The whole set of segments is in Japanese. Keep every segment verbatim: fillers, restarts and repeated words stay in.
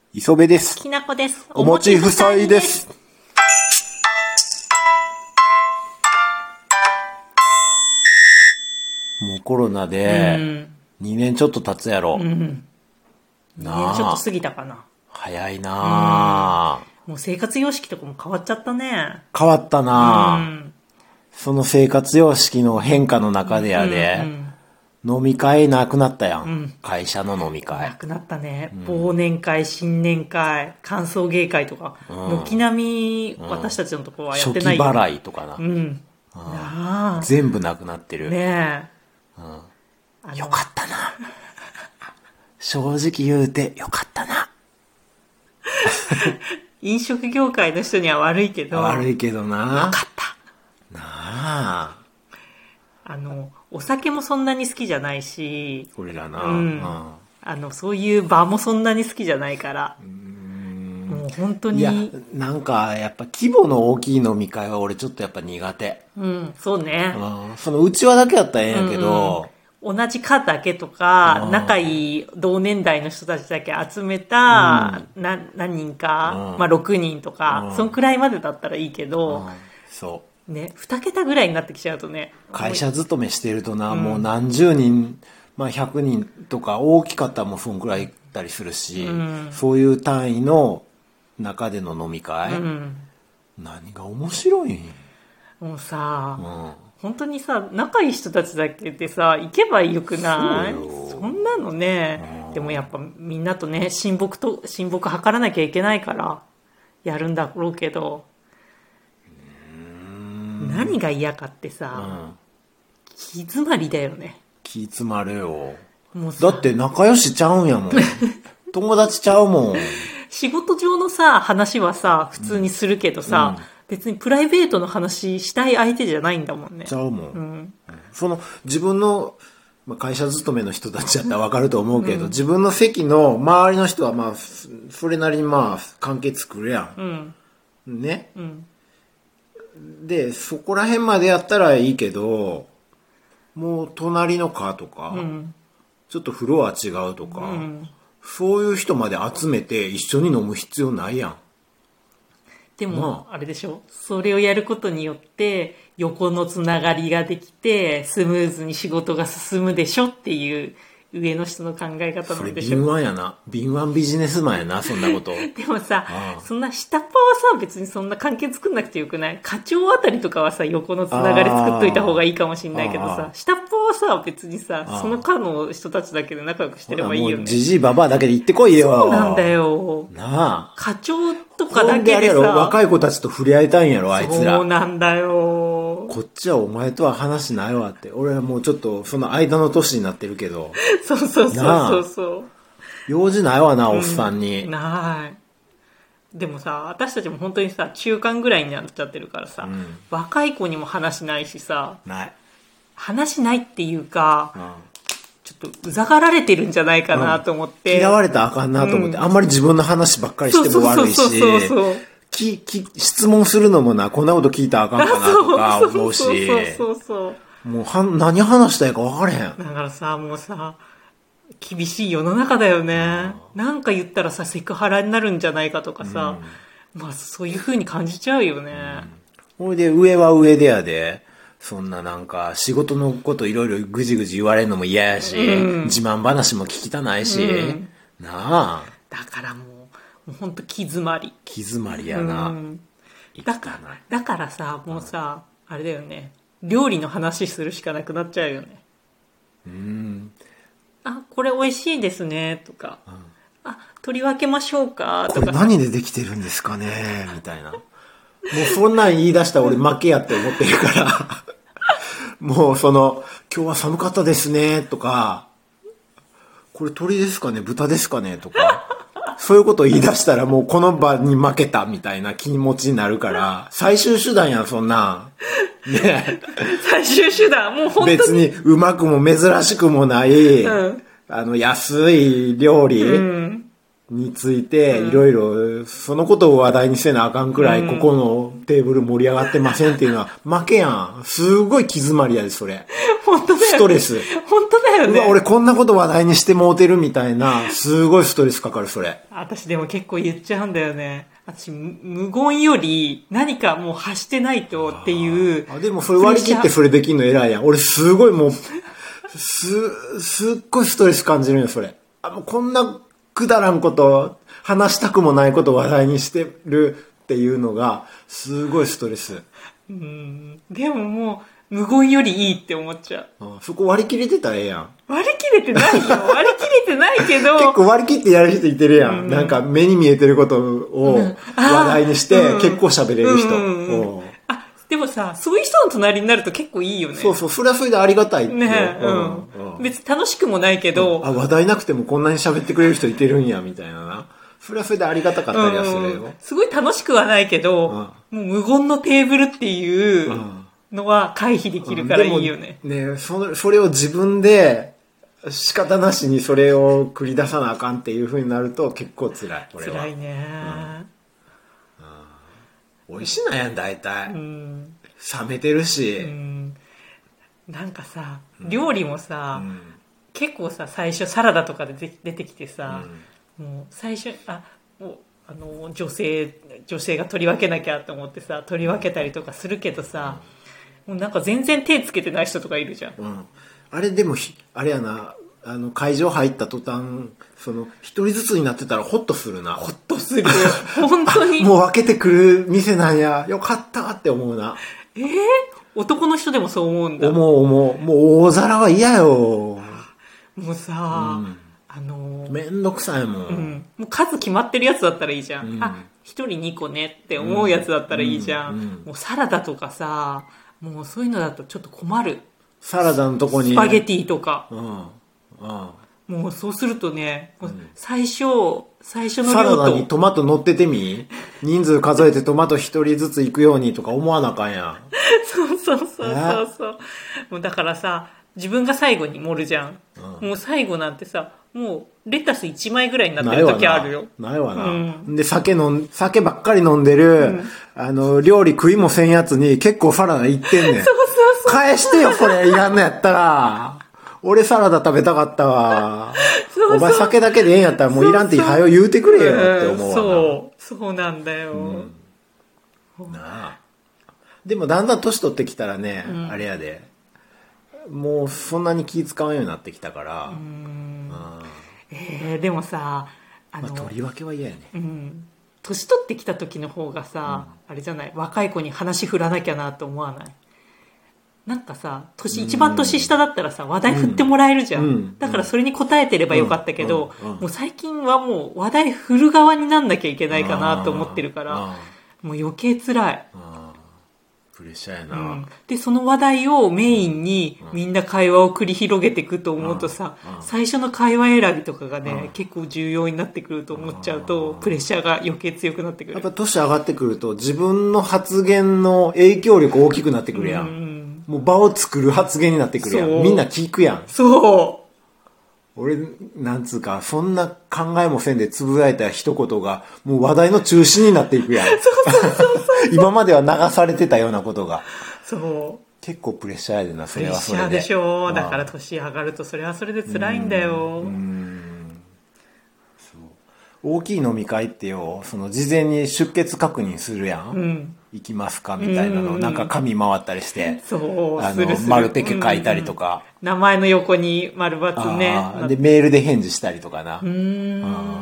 磯部です。 きなこです。 お餅夫妻です。もうコロナでにねんちょっと経つやろ。 うん。にねんちょっと過ぎたかな。 早いなあ、 うん、もう生活様式とかも変わっちゃったね。 変わったなあ、 うん、その生活様式の変化の中でやで、うんうん飲み会なくなったやん、うん、会社の飲み会なくなったね、うん、忘年会、新年会、歓送迎会とか、うん、軒並み私たちのところはやってないよ、 初期払いとかな、 うん、 ああ全部なくなってるねえ、 うん、よかったな正直言うてよかったな飲食業界の人には悪いけど悪いけどなよかったなああのお酒もそんなに好きじゃないし俺らな、 うんうん、あのそういう場もそんなに好きじゃないからうーんもう本当にいやなんかやっぱ規模の大きい飲み会は俺ちょっとやっぱ苦手うんそうね、 うん、そのうちわだけやったらええんやけど、 うんうん、同じ課だけとか仲いい同年代の人たちだけ集めた、うん、な何人か、うんまあ、ろくにんとか、うん、そんくらいまでだったらいいけど、うん、 そうね、に桁ぐらいになってきちゃうとね会社勤めしてるとな、うん、もう何十人、まあ、ひゃくにんとか大きかったらもうそんくらい行ったりするし、うん、そういう単位の中での飲み会、うん、何が面白いんもうさ、うん、本当にさ仲いい人たちだけでさ行けばよくない そ, そんなのね、うん、でもやっぱみんなとね親睦と親睦図らなきゃいけないからやるんだろうけど何が嫌かってさ、うん、気詰まりだよね。 気詰まるよ。もうだって仲良しちゃうんやもん。友達ちゃうもん。 仕事上のさ話はさ普通にするけどさ、うん、別にプライベートの話したい相手じゃないんだもんね。 ちゃうもん。うん、その自分の会社勤めの人たちだったら分かると思うけど、うん、自分の席の周りの人はまあそれなりにまあ関係作るやん。うん、ね。うんでそこら辺までやったらいいけどもう隣の課とか、うん、ちょっとフロア違うとか、うん、そういう人まで集めて一緒に飲む必要ないやん。 でも、まあ、あれでしょそれをやることによって横のつながりができてスムーズに仕事が進むでしょっていう上の人の考え方なんでしょ。 それ敏腕やな。敏腕ビジネスマンやな、そんなこと。 でもさ、ああそんな下っ端はさ、別にそんな関係作んなくてよくない？課長あたりとかはさ、横のつながり作っといた方がいいかもしれないけどさ、下っ端はさ、別にさ、その課の人たちだけで仲良くしてればいいよね。もうジジイババアだけで行ってこいよ。 そうなんだよ。なあ。課長とかだけでさ。 若い子たちと触れ合いたいんやろ、あいつら。 そうなんだよ。 こっちはお前とは話ないわって。俺はもうちょっとその間の年になってるけど。 そうそうそうそうそう。 用事ないわな、おっさんに。 うん、ない。でもさ、私たちも本当にさ、中間ぐらいになっちゃってるからさ、うん、若い子にも話ないしさ、 ない。 話ないっていうか、うん、ちょっとうざがられてるんじゃないかなと思って。 うん、嫌われたらあかんなと思って、うん、あんまり自分の話ばっかりしても悪いし。そうそうそうそう。きき質問するのもなこんなこと聞いたらあかんかなとか思うしそうそうそうもうは何話したいか分からへん。 だからさもうさ厳しい世の中だよね。なんか言ったらさセクハラになるんじゃないかとかさ、うん、まあそういう風に感じちゃうよね。 ほ、うん、いで上は上でやでそんななんか仕事のこといろいろぐじぐじ言われるのも嫌やし、うん、自慢話も聞きたないし、うん、なあだからもうもうほんと気詰まり気詰まりやな、うん、 だからだからさもうさ、うん、あれだよね料理の話するしかなくなっちゃうよね。うんあこれ美味しいですねとか、うん、あ取り分けましょうかとかこれ何でできてるんですかねみたいなもうそんなん言い出したら俺負けやって思ってるからもうその今日は寒かったですねとかこれ鳥ですかね豚ですかねとかそういうことを言い出したらもうこの場に負けたみたいな気持ちになるから最終手段やんそんなね最終手段もう本当に別にうまくも珍しくもない、うん、あの安い料理、うん、 について、いろいろ、そのことを話題にせなあかんくらい、ここのテーブル盛り上がってませんっていうのは、負けやん。すごい気詰まりやで、それ。 本当だよね。 ストレス。 本当だよね。 うわ、俺こんなこと話題にしてもうてるみたいな、すごいストレスかかる、それ。 私でも結構言っちゃうんだよね。私、無言より何かもう発してないとっていう。 あ、でもそれ割り切ってそれできんの偉いやん。俺すごいもう、す、すっごいストレス感じるよ、それ。あ、もうこんなくだらんこと、話したくもないことを話題にしてるっていうのが、すごいストレス。 うん。でももう、無言よりいいって思っちゃう。 あ、そこ割り切れてたらええやん。 割り切れてないよ。割り切れてないけど。 結構割り切ってやる人いてるやん。うん、なんか目に見えてることを話題にして、結構喋れる人。 あ、でもさ、そういう人の隣になると結構いいよね。 そうそう、それはそれでありがたいって。 ね、うんうんうん、別に楽しくもないけど、 うん。あ、話題なくてもこんなに喋ってくれる人いてるんや、みたいなな。それはそれでありがたかったりはするよ。うん、 すごい楽しくはないけど、うん、もう無言のテーブルっていうのは回避できるからいいよね。 うん、ねそ、それを自分で仕方なしにそれを繰り出さなあかんっていう風になると結構辛い。これは。 辛いね。 うん、美味しいなやん、大体。うん、冷めてるし。うん、 なんかさ、料理もさ、うん、結構さ、最初サラダとかで出てきてさ、うん、もう最初、あ、もう、あの、女性、女性が取り分けなきゃと思ってさ、取り分けたりとかするけどさ、もうなんか全然手つけてない人とかいるじゃん。うん、あれでも、あれやな、あの、会場入った途端、その、一人ずつになってたらホッとするな。 ホッとする。本当に。 もう分けてくる店なんや。よかったって思うな。 えー、男の人でもそう思うんだ。 思う思う。もう大皿は嫌よ。 もうさ、うん、あのー、 めんどくさいもん。 うん。もう数決まってるやつだったらいいじゃん。うん、あ、一人二個ねって思うやつだったらいいじゃん。うんうんうん、もうサラダとかさ、もうそういうのだとちょっと困る。 サラダのとこに。 スパゲティとか。 うんうん、 もうそうするとね、うん、最初、最初の量と。 サラダにトマト乗っててみ人数数えてトマト一人ずつ行くようにとか思わなあかんやん。 そうそうそうそうそう。もうだからさ、自分が最後に盛るじゃん。うん、もう最後なんてさ、もうレタスいちまいぐらいになってる時あるよ。 ないわな。ないわな。うん、で、酒飲ん、酒ばっかり飲んでる、うん、あの、料理食いもせんやつに結構サラダいってんねん。そうそうそう。返してよ、それ、いらんのやったら。俺サラダ食べたかったわ。そうそう、お前酒だけでええんやったらもういらんってはよ言うてくれよって思うわな。 そう、そうなんだよ。 うん、なあ。でもだんだん年取ってきたらね、うん、あれやで。もうそんなに気使わんようになってきたから。うん、 えー、でもさ、 あの、まあ、取り分けは嫌やね。 うん。年取ってきた時の方がさ、うん、あれじゃない、若い子に話振らなきゃなと思わない？なんかさ、年、一番年下だったらさ、話題振ってもらえるじゃん。うん、だからそれに答えてればよかったけど、うんうんうん、もう最近はもう話題振る側になんなきゃいけないかなと思ってるから、もう余計辛い。 プレッシャーやな、うん、 で、その話題をメインにみんな会話を繰り広げていくと思うとさ、うん、最初の会話選びとかがね、うん、結構重要になってくると思っちゃうと、プレッシャーが余計強くなってくる。 やっぱ年上がってくると自分の発言の影響力大きくなってくるやん。うん、もう場を作る発言になってくるやん。みんな聞くやん。 そう。 俺、なんつうか、そんな考えもせんでつぶやいた一言が、もう話題の中心になっていくやん。そうそうそうそう今までは流されてたようなことが。そう。結構プレッシャーやでな、それはそれで。 プレッシャーでしょ。だから年上がるとそれはそれで辛いんだよ。うん。 そう。大きい飲み会ってよ、その事前に出欠確認するやん。うん。行きますかみたいなの、なんか紙回ったりして、そう、あの、丸テケ書いたりとか。 名前の横に丸×ね。 で、メールで返事したりとかな。うん。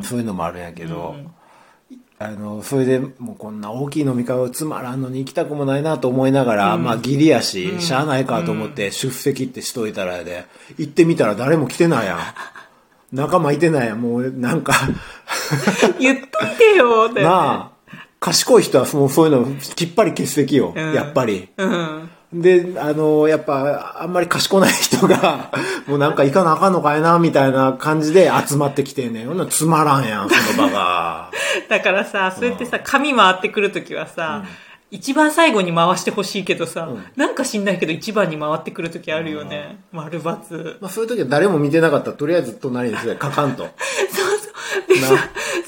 そういうのもあるんやけど、あの、それでもうこんな大きい飲み会をつまらんのに行きたくもないなと思いながら、まあギリやし、しゃあないかと思って出席ってしといたらで、行ってみたら誰も来てないやん。仲間いてないやん、もうなんか。 言っといてよ、ってなあ。賢い人はもうそういうのきっぱり欠席よ、うん、やっぱり、うん、であのやっぱあんまり賢ない人がもうなんか行かなあかんのかいなみたいな感じで集まってきてね、ほんなつまらんやんその場がだからさ、そうやってさ、紙回ってくるときはさ、うん、一番最後に回してほしいけどさ、うん、なんか知んないけど一番に回ってくるときあるよね、うん、丸×、 まあ、そういうときは誰も見てなかったらとりあえず隣に書かんとそうそうでさ、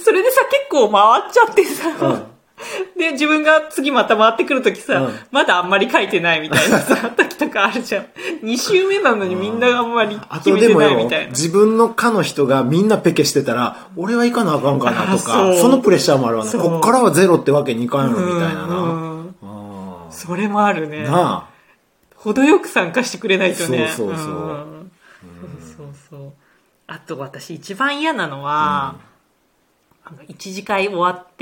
を回っちゃってさ、 うん、 で、自分が次また回ってくるときさ、 うん、 まだあんまり書いてないみたいなさ、時とかあるじゃん。に週目なのにみんなあんまり決めてないみたいな。 自分の科の人がみんなペケしてたら、俺は行かなあかんかなとか、そ, そのプレッシャーもあるわね。こっからはゼロってわけにいかんのみたいなな。うんうん、 それもあるね。 なあ。 程よく参加してくれないとね。 そうそうそう。うん、 そうそうそう。あと私一番嫌なのは、うん、あの一次会終わって、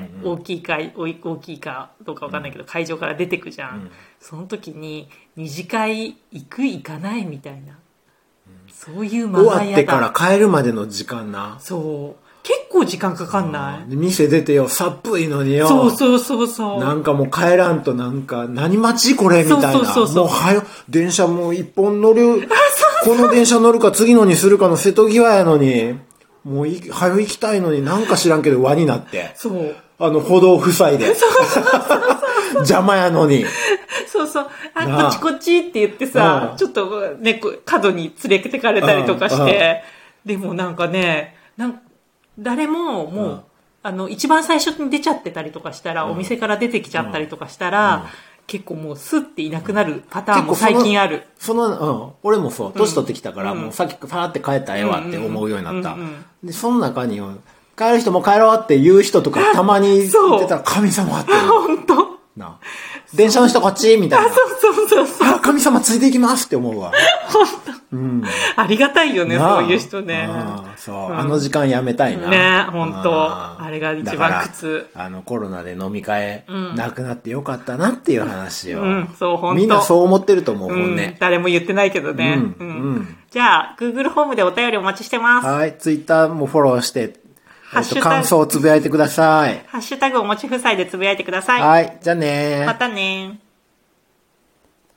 うんうん、大きい会、大きいかどうかわかんないけど、うん、会場から出てくじゃん。うん、その時に二次会行く行かないみたいな。うん、そういう間が嫌だ。 終わってから帰るまでの時間な。 そう。結構時間かかんない？ 店出てよ、寒いのによ。 そうそうそうそう。 なんかもう帰らんとなんか、何待ちこれみたいな。そうそうそうそう。もうはよ、電車もう一本乗る。この電車乗るか次のにするかの瀬戸際やのに、もうい、はよ行きたいのになんか知らんけど輪になって。 そう。 あの歩道塞いで。そうそうそうそう。邪魔やのに。 そうそう。あ、こっちこっちって言ってさ、ちょっとね、角に連れてかれたりとかして。でもなんかね、なんか、誰ももう、うん、あの一番最初に出ちゃってたりとかしたら、うん、お店から出てきちゃったりとかしたら、うん、結構もうスッていなくなるパターンも最近ある。 その、そのうん、俺もそう年取ってきたから、うん、もうさっきパーって帰ったらええわって思うようになった、うんうんうんうん、でその中に帰る人も帰ろうって言う人とかたまに言ってたら神様って本当な電車の人こっちみたいな。 あ、そうそうそうそう。 あ、神様ついていきますって思うわ。 本当。うん。ありがたいよね、そういう人ね。 あそう、うん、あの時間やめたいな。 ね、本当。あれが一番苦痛。 あのコロナで飲み会、うん、なくなってよかったなっていう話を。 うん、そう、本当。 みんなそう思ってると思う、本音、うん。 誰も言ってないけどね。うん。うんうん、じゃあ、Google ホームでお便りお待ちしてます。 はい、Twitter もフォローして、えっと、感想をつぶやいてください。 ハッシュタグおもち夫妻でつぶやいてください。 はい、じゃあねー。 またねー。